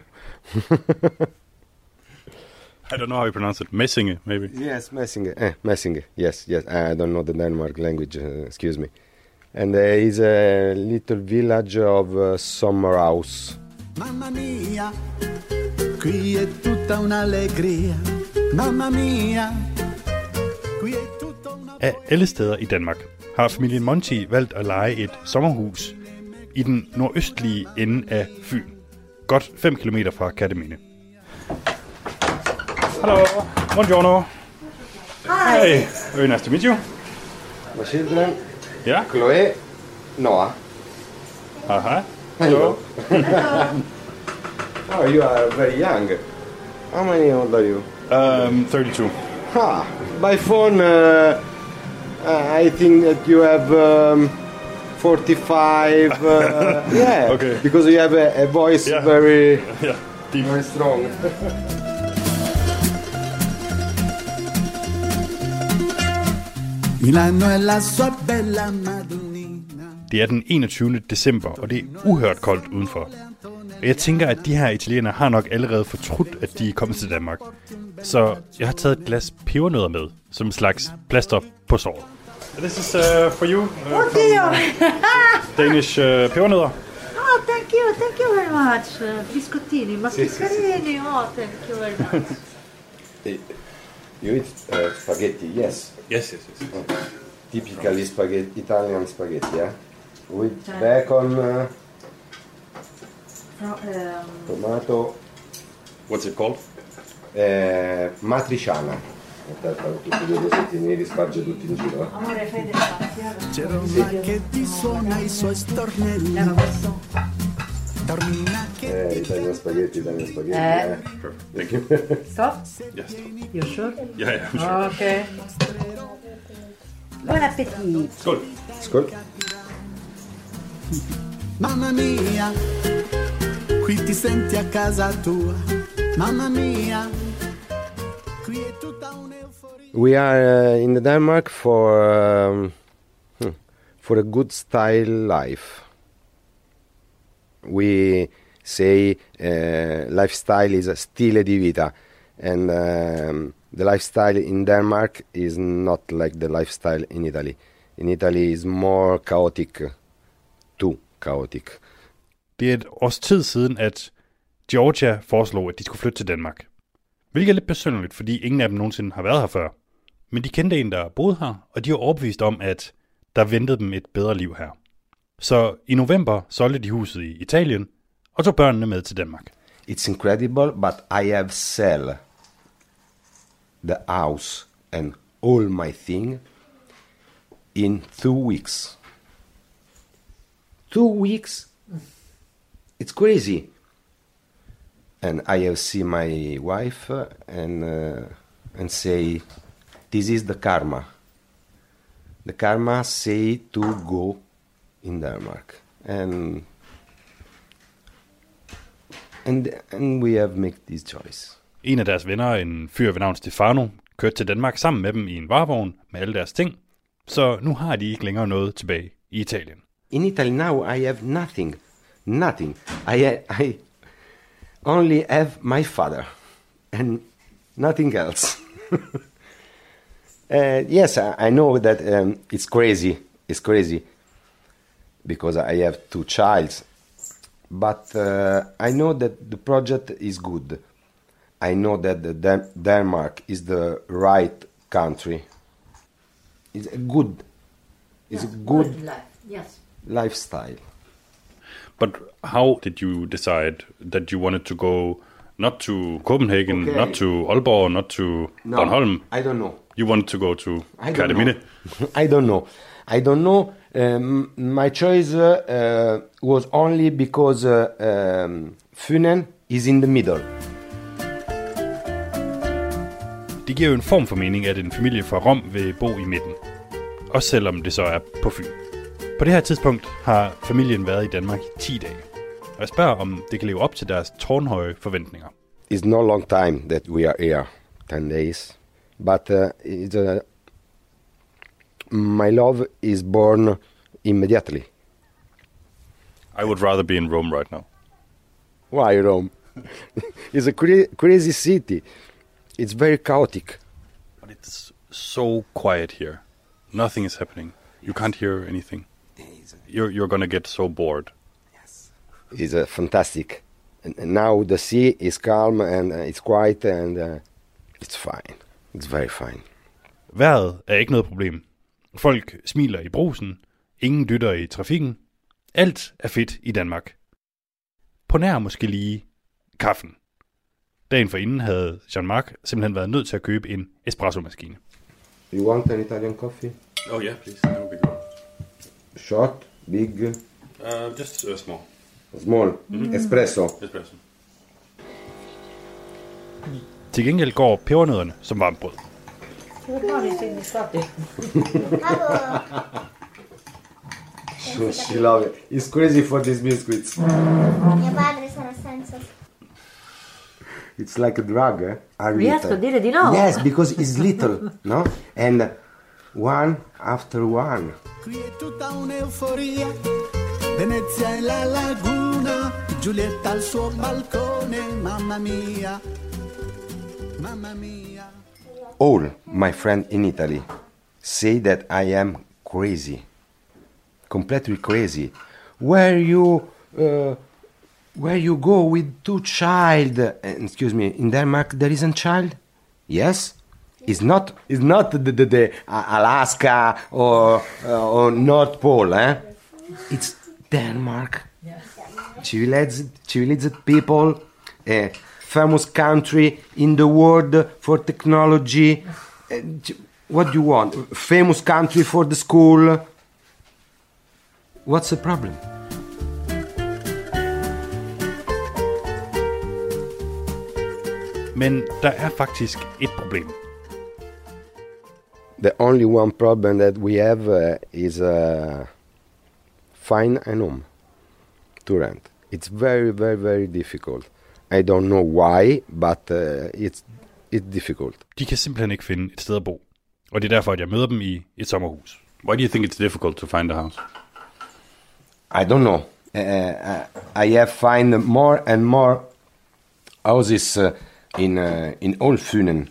I don't know how you pronounce it. Messinge, maybe. Yes, Messinge. Eh, Messinge. Yes, yes. I don't know the Denmark language. Uh, excuse me. And there is a little village of uh, Summer House. Mamma mia, qui è tutta un'allegria. Mamma mia, qui è tutta una... Af alle steder i Danmark har familien Monti valgt at leje et sommerhus i den nordøstlige ende af Fyn. Godt fem kilometer fra Kerteminde. Hello, buongiorno. Hi. Hey, very nice to meet you. My children? Yeah? Chloe, Noah. Uh-huh. Hello. Oh, you are very young. How many old are you? Um, thirty-two. Ah, by phone, uh, I think that you have um, forty-five. Uh, yeah. Okay. Because you have a, a voice yeah. very, yeah. Deep. very strong. Milano è la sua bella Madonnina. Det er den enogtyvende december, og det er uhørt koldt udenfor. Og jeg tænker, at de her italienere har nok allerede fortrudt, at de er kommet til Danmark. Så jeg har taget et glas pebernødder med, som en slags plaster på såret. This is uh, for you. Uh, Oh dear! Danish uh, pebernødder. Oh, thank you, thank you very much. Uh, biscottini, ma che carini. Oh, thank you very much. You eat uh, spaghetti, yes? Yes, yes, yes. Oh. Typically spaghetti, Italian spaghetti, yeah? With bacon, uh, From, um, tomato. What's it called? Eh, matriciana. Tutti e due così, mi risparge tutti in giro. amore, fai del spazio. C'è Roma che ti suona i suoi stornelli. Dormina che Eh, Italian spaghetti, Italian spaghetti. Eh. Eh. Thank you. Stop? Yes. You sure? Yeah, yeah, I'm sure. Okay. Buon appetito. Skål. Skål. Mamma mia, qui ti senti a casa tua. Mamma mia, qui è tutta un'euforia. We are uh, in Denmark for um, hmm, for a good style life. We say uh, lifestyle is a stile di vita, and um, the lifestyle in Denmark is not like the lifestyle in Italy. In Italy is more chaotic, too chaotic. Det er et års tid siden, at Georgia foreslog, at de skulle flytte til Danmark. Hvilket er lidt besynderligt, fordi ingen af dem nogensinde har været her før. Men de kendte en, der boede her, og de var overbevist om, at der ventede dem et bedre liv her. Så i november solgte de huset i Italien, og tog børnene med til Danmark. It's incredible, but I have sell the house and all my thing in two weeks. Two weeks? It's crazy. And I have seen my wife uh, and uh, and say, this is the karma. The karma say to go in Denmark. And and and we have make this choice. En af deres venner, en fyr ved navn Stefano, kørte til Danmark sammen med dem i en varevogn med alle deres ting. Så nu har de ikke længere noget tilbage i Italien. In Italy now I have nothing. Nothing. I I only have my father and nothing else. uh, yes, I, I know that um, it's crazy. It's crazy because I have two childs. But uh, I know that the project is good. I know that the Dan- Denmark is the right country. It's a good, it's yes, a good, good life. Yes. lifestyle. But how did you decide that you wanted to go not to Copenhagen, Okay. not to Aalborg, not to No, Bornholm? I don't know. You wanted to go to I don't Kerteminde? know. I don't know. I don't know. Um, my choice uh, was only because uh, um, Funen is in the middle. Det giver jo en form for mening, at en familie fra Rom vil bo i midten. Også selvom det så er på Fyn. På det her tidspunkt har familien været i Danmark i ti dage. Og jeg spørger, om det kan leve op til deres tårnhøje forventninger. It's no long time that we are here, ten days. But uh, it's, uh, my love is born immediately. I would rather be in Rome right now. Why Rome? It's a cra- crazy city. It's very chaotic. But it's so quiet here. Nothing is happening. You can't hear anything. You're, you're gonna get so bored. It's uh, fantastic. And, and now the sea is calm and uh, it's quiet and uh, it's fine. It's very fine. Vejret er ikke noget problem. Folk smiler i brusen. Ingen dytter i trafikken. Alt er fedt i Danmark. På nær måske lige kaffen. Dagen forinden havde Jean-Marc simpelthen været nødt til at købe en espresso-maskine. You want an Italian coffee? Oh yeah, please. That would be good. Short, big? Uh, just uh, small. Small. Mm. Espresso. Espresso. Til gengæld går pebernødderne som varmt brød. So she love it. It's crazy for these biscuits. Mio padre sarà senza. It's like a drug, eh? Are Riesco a dire di no. Yes, because it's little, no? And one after one. Qui è tutta un'euforia, Venezia e la laguna, Giulietta al suo balcone, mamma mia, mamma mia. All my friends in Italy say that I am crazy, completely crazy. Where you, uh, where you go with two child? Uh, excuse me, in Denmark there is a child? Yes. It's not. It's not the, the, the Alaska or uh, or North Pole. Eh? It's Denmark. Civilized, civilized people, a famous country in the world for technology. Uh, what do you want? Famous country for the school. What's the problem? Men der er faktisk et problem. The only one problem that we have uh, is uh, find a home to rent. It's very, very, very difficult. I don't know why, but uh, it's it's difficult. De kan simpelthen ikke finde et sted at bo. Og det er derfor, at jeg møder dem i et sommerhus. Why do you think it's difficult to find a house? I don't know. Uh, I have find more and more houses uh, in uh, in Old Funen.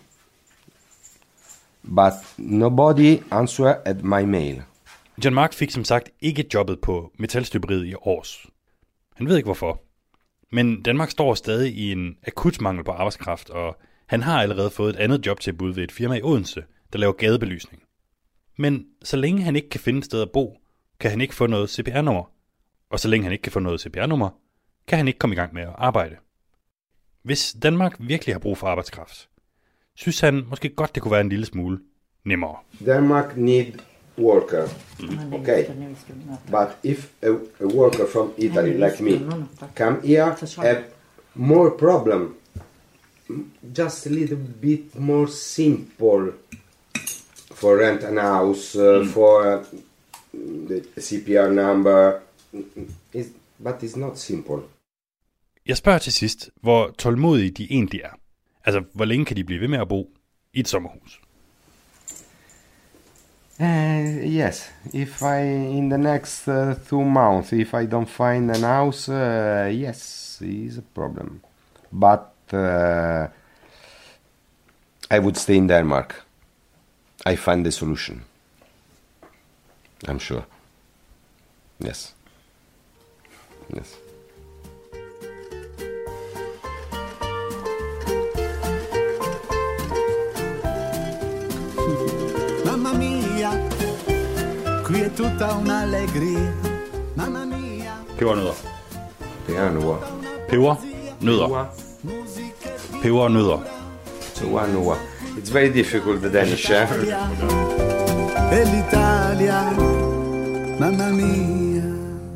But nobody answer at my mail. Jean-Marc fik som sagt ikke jobbet på metalstøberiet i Aarhus. Han ved ikke hvorfor. Men Danmark står stadig i en akut mangel på arbejdskraft, og han har allerede fået et andet jobtilbud ved et firma i Odense, der laver gadebelysning. Men så længe han ikke kan finde et sted at bo, kan han ikke få noget C P R-nummer. Og så længe han ikke kan få noget C P R-nummer, kan han ikke komme i gang med at arbejde. Hvis Danmark virkelig har brug for arbejdskraft, synes han måske godt, det kunne være en lille smule nemmere. Denmark need worker, okay, but if a, a worker from Italy like me come here, have more problem, just a little bit more simple for rent an house, uh, mm. for uh, the C P R number, it's, but it's not simple. Jeg spørger til sidst, hvor tålmodige de egentlig er. Altså, hvor længe kan de blive ved med at bo i et sommerhus? Uh, yes, if I in the next uh, two months, if I don't find an house, uh, yes, it's a problem. But uh, I would stay in Denmark. I find the solution. I'm sure. Yes. Yes. Mamma mia, qui è tutta un'allegria. Mamma mia. Pebernødder. Pebernødder. Peber. Nødder. Peber og nødder. Pebernødder. It's very difficult, the Danish. Eh? E l'Italia, mamma mia.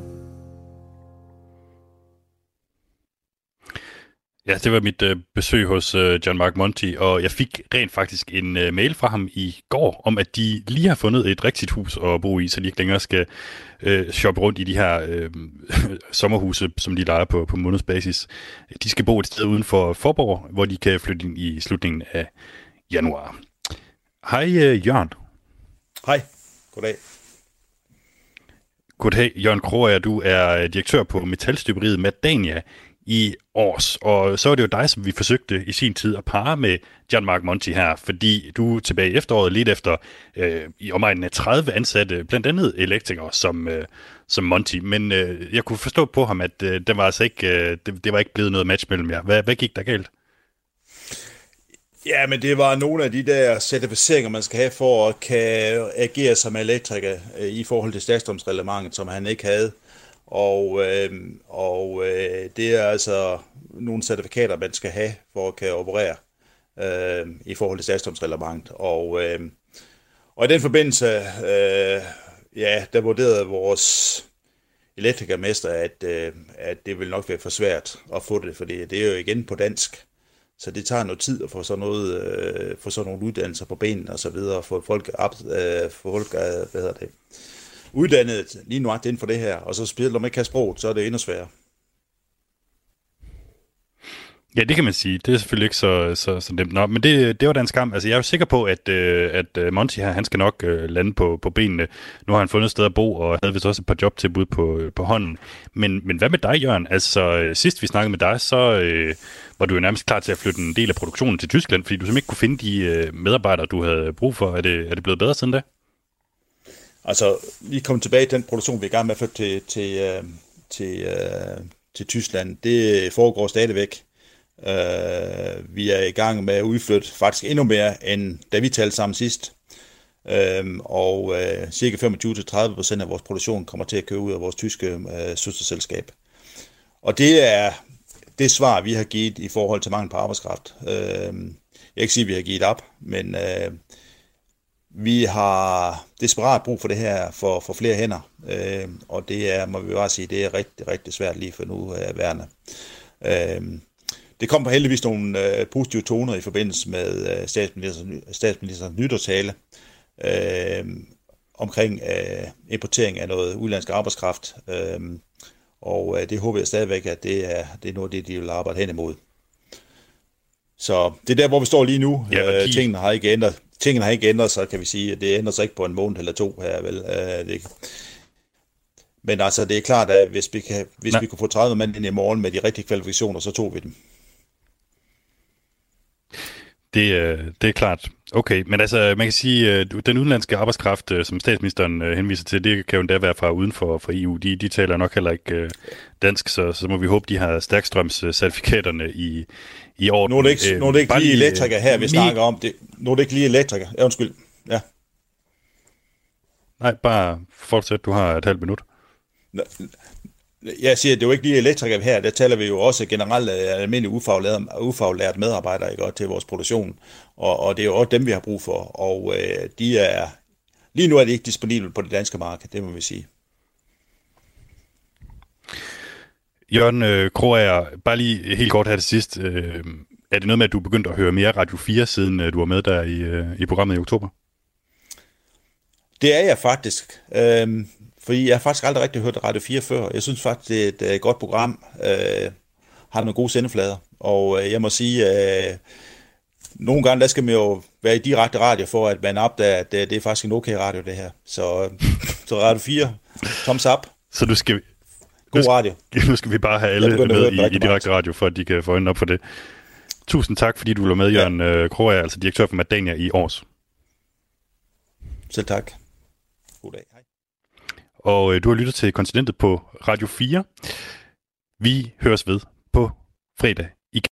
Ja, det var mit øh, besøg hos øh, Gian-Marc Monti, og jeg fik rent faktisk en øh, mail fra ham i går, om at de lige har fundet et rigtigt hus at bo i, så de ikke længere skal øh, shoppe rundt i de her øh, sommerhuse, som de lejer på, på månedsbasis. De skal bo et sted uden for Forborg, hvor de kan flytte ind i slutningen af januar. Hej øh, Jørgen. Hej, goddag. Goddag, Jørgen Kroger, du er direktør på metalstøberiet Madania i Års, og så var det jo dig, som vi forsøgte i sin tid at parre med Gian-Marc Monti her, fordi du tilbage i efteråret lidt efter øh, i omegnen af tredive ansatte, blandt andet elektrikere som, øh, som Monti, men øh, jeg kunne forstå på ham, at øh, det var altså ikke, øh, det, det var ikke blevet noget match mellem jer. Hvad, hvad gik der galt? Ja, men det var nogle af de der certificeringer, man skal have for at kan agere som elektriker øh, i forhold til statsstrømsreglementet, som han ikke havde. Og, øh, og øh, det er altså nogle certifikater, man skal have for at kan operere øh, i forhold til statsstrømsreglementet. Og, øh, og i den forbindelse, øh, ja, der vurderede vores elektrikermester, at, øh, at det vil nok være for svært at få det, fordi det er jo igen på dansk. Så det tager noget tid at få sådan noget, øh, få sådan nogle uddannelser på benene og så videre, få folk op, øh, få folk, øh, hvad hedder det, uddannet lige nu inden for det her, og så spiller de ikke have sproget, så er det endnu sværere. Ja, det kan man sige. Det er selvfølgelig ikke så, så, så nemt. Nå, men det, det var da en skam. Altså, jeg er jo sikker på, at, øh, at Monti her, han skal nok øh, lande på, på benene. Nu har han fundet et sted at bo, og havde vist også et par jobtilbud på, på hånden. Men, men hvad med dig, Jørgen? Altså, sidst vi snakkede med dig, så øh, var du jo nærmest klar til at flytte en del af produktionen til Tyskland, fordi du simpelthen ikke kunne finde de øh, medarbejdere, du havde brug for. Er det, er det blevet bedre siden da? Altså, vi kom tilbage til den produktion, vi er i gang med at flytte til, til, øh, til, øh, til Tyskland. Det foregår stadigvæk. Uh, vi er i gang med at udflytte faktisk endnu mere, end da vi talte sammen sidst. Uh, og uh, cirka femogtyve til tredive procent af vores produktion kommer til at køre ud af vores tyske uh, søsterselskab. Og det er det svar, vi har givet i forhold til mangel på arbejdskraft. Uh, jeg kan ikke sige, at vi har givet op, men uh, vi har desperat brug for det her for, for flere hænder. Uh, og det er, må vi bare sige, det er rigtig, rigtig svært lige for nu at værne. Uh, Det kom på heldigvis nogle øh, positive toner i forbindelse med øh, statsministerens, statsministerens nytårstale øh, omkring øh, importering af noget udenlandsk arbejdskraft. Øh, og øh, det håber jeg stadigvæk, at det er, det er noget af det, de vil arbejde hen imod. Så det er der, hvor vi står lige nu. Ja, øh, tingene har ikke ændret, tingene har ikke ændret sig, kan vi sige. Det ændrer sig ikke på en måned eller to her, vel? Øh, det Men altså, det er klart, at hvis vi, kan, hvis vi kunne få tredive mand ind i morgen med de rigtige kvalifikationer, så tog vi dem. Det, det er klart. Okay, men altså, man kan sige, den udenlandske arbejdskraft, som statsministeren henviser til, det kan jo endda være fra uden for, for E U. De, de taler nok heller ikke dansk, så, så må vi håbe, de har stærkstrømscertifikaterne i, i orden. Nu er det ikke, nu er det ikke lige elektriker her, vi mi- snakker om. Det, nu er det ikke lige elektriker. Ja, undskyld. Ja. Nej, bare fortsæt. Du har et halvt minut. Jeg siger, det er jo ikke lige elektrikere her, der taler vi jo også generelt almindelige ufaglært, ufaglært medarbejdere, ikke, til vores produktion, og, og det er jo også dem, vi har brug for, og øh, de er, lige nu er de ikke disponible på det danske marked, det må vi sige. Jørgen øh, Kroager, bare lige helt kort her til sidst, øh, er det noget med, at du begyndte at høre mere Radio fire, siden øh, du var med der i, øh, i programmet i oktober? Det er jeg faktisk. Øhm, fordi jeg har faktisk aldrig rigtig hørt Radio fire før. Jeg synes faktisk, det er et uh, godt program. Øh, har nogle gode sendeflader. Og øh, jeg må sige, øh, nogle gange der skal man jo være i direkte radio, for at man opdager, at det, det er faktisk en okay radio, det her. Så, øh, så Radio fire, thumbs up. Så du skal, God nu, radio. Nu skal vi bare have alle med i, i direkte radio, for at de kan få øjnene op for det. Tusind tak, fordi du var med, Jørgen ja. Kroager, altså direktør for Madania i Aars. Selv tak. God dag. Hej. Og øh, du har lyttet til Kontinentet på Radio fire. Vi høres ved på fredag